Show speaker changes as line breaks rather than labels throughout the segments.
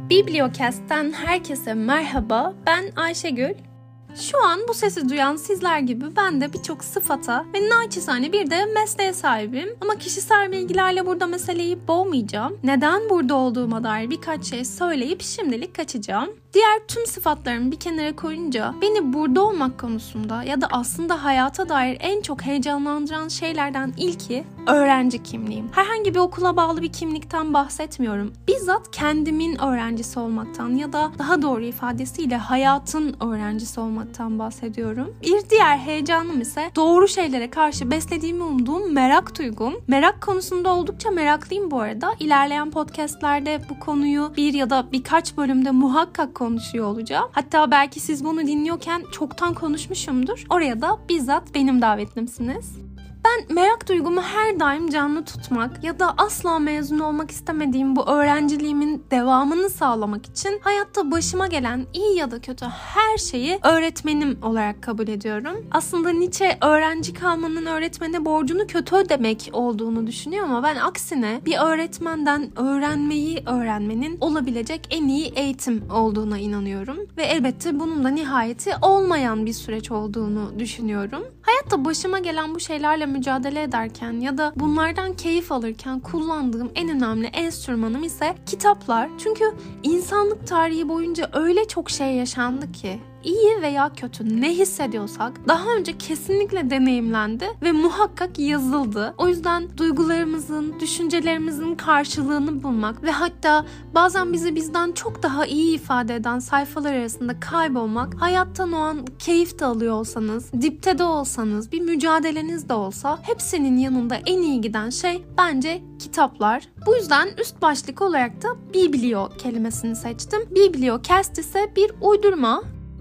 Bibliocast'ten herkese merhaba, ben Ayşegül. Şu an bu sesi duyan sizler gibi ben de birçok sıfata ve naçizane bir de mesleğe sahibim. Ama kişisel bilgilerle burada meseleyi boğmayacağım. Neden burada olduğuma dair birkaç şey söyleyip şimdilik kaçacağım. Diğer tüm sıfatlarımı bir kenara koyunca beni burada olmak konusunda ya da aslında hayata dair en çok heyecanlandıran şeylerden ilki öğrenci kimliğim. Herhangi bir okula bağlı bir kimlikten bahsetmiyorum. Bizzat kendimin öğrencisi olmaktan ya da daha doğru ifadesiyle hayatın öğrencisi olmaktan bahsediyorum. Bir diğer heyecanım ise doğru şeylere karşı beslediğimi umduğum merak duygum. Merak konusunda oldukça meraklıyım bu arada. İlerleyen podcastlerde bu konuyu bir ya da birkaç bölümde muhakkak konuşuyor olacağım. Hatta belki siz bunu dinliyorken çoktan konuşmuşumdur. Oraya da bizzat benim davetlimsiniz. Ben merak duygumu her daim canlı tutmak ya da asla mezun olmak istemediğim bu öğrenciliğimin devamını sağlamak için hayatta başıma gelen iyi ya da kötü her şeyi öğretmenim olarak kabul ediyorum. Aslında Nietzsche öğrenci kalmanın öğretmene borcunu kötü ödemek olduğunu düşünüyor ama ben aksine bir öğretmenden öğrenmeyi öğrenmenin olabilecek en iyi eğitim olduğuna inanıyorum. Ve elbette bunun da nihayeti olmayan bir süreç olduğunu düşünüyorum. Hayatta başıma gelen bu şeylerle mücadele ederken ya da bunlardan keyif alırken kullandığım en önemli enstrümanım ise kitaplar. Çünkü insanlık tarihi boyunca öyle çok şey yaşandı ki İyi veya kötü ne hissediyorsak daha önce kesinlikle deneyimlendi ve muhakkak yazıldı. O yüzden duygularımızın, düşüncelerimizin karşılığını bulmak ve hatta bazen bizi bizden çok daha iyi ifade eden sayfalar arasında kaybolmak, hayattan o an keyif de alıyor olsanız, dipte de olsanız, bir mücadeleniz de olsa hepsinin yanında en iyi giden şey bence kitaplar. Bu yüzden üst başlık olarak da Biblio kelimesini seçtim. Bibliocast ise bir uydurma.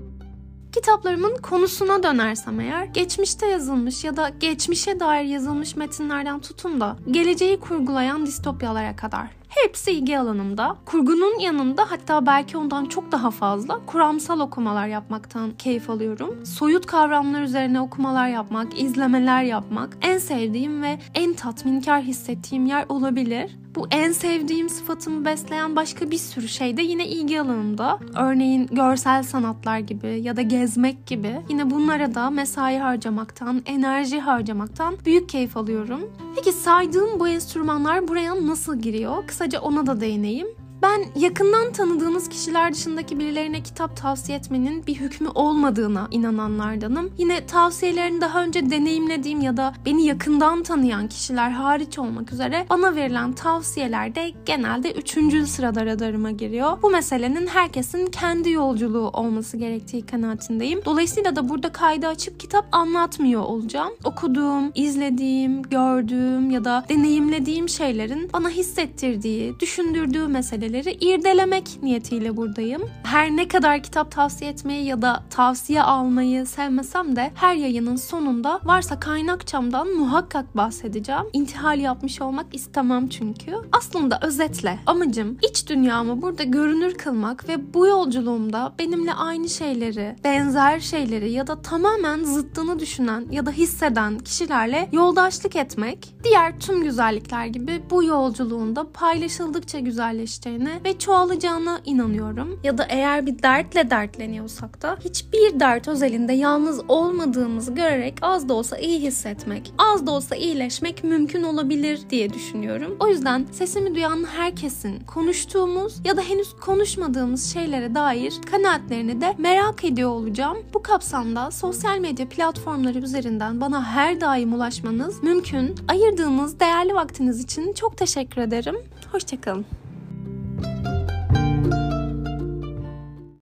Kitaplarımın konusuna dönersem eğer, geçmişte yazılmış ya da geçmişe dair yazılmış metinlerden tutun da geleceği kurgulayan distopyalara kadar. Hepsi ilgi alanımda. Kurgunun yanında hatta belki ondan çok daha fazla kuramsal okumalar yapmaktan keyif alıyorum. Soyut kavramlar üzerine okumalar yapmak, izlemeler yapmak en sevdiğim ve en tatminkar hissettiğim yer olabilir. Bu en sevdiğim sıfatımı besleyen başka bir sürü şey de yine ilgi alanımda. Örneğin görsel sanatlar gibi ya da gezmek gibi. Yine bunlara da mesai harcamaktan, enerji harcamaktan büyük keyif alıyorum. Peki saydığım bu enstrümanlar buraya nasıl giriyor? Kısaca ona da değineyim. Ben yakından tanıdığınız kişiler dışındaki birilerine kitap tavsiye etmenin bir hükmü olmadığına inananlardanım. Yine tavsiyelerini daha önce deneyimlediğim ya da beni yakından tanıyan kişiler hariç olmak üzere bana verilen tavsiyeler de genelde 3. sırada radarıma giriyor. Bu meselenin herkesin kendi yolculuğu olması gerektiği kanaatindeyim. Dolayısıyla da burada kaydı açıp kitap anlatmıyor olacağım. Okuduğum, izlediğim, gördüğüm ya da deneyimlediğim şeylerin bana hissettirdiği, düşündürdüğü meseleleri irdelemek niyetiyle buradayım. Her ne kadar kitap tavsiye etmeyi ya da tavsiye almayı sevmesem de her yayının sonunda varsa kaynakçamdan muhakkak bahsedeceğim. İntihal yapmış olmak istemem çünkü. Aslında özetle amacım iç dünyamı burada görünür kılmak ve bu yolculuğumda benimle aynı şeyleri, benzer şeyleri ya da tamamen zıttını düşünen ya da hisseden kişilerle yoldaşlık etmek. Diğer tüm güzellikler gibi bu yolculuğunda paylaşıldıkça güzelleşeceğini ve çoğalacağına inanıyorum. Ya da eğer bir dertle dertleniyorsak da hiçbir dert özelinde yalnız olmadığımızı görerek az da olsa iyi hissetmek, az da olsa iyileşmek mümkün olabilir diye düşünüyorum. O yüzden sesimi duyan herkesin konuştuğumuz ya da henüz konuşmadığımız şeylere dair kanaatlerini de merak ediyor olacağım. Bu kapsamda sosyal medya platformları üzerinden bana her daim ulaşmanız mümkün. Ayırdığınız değerli vaktiniz için çok teşekkür ederim. Hoşça kalın.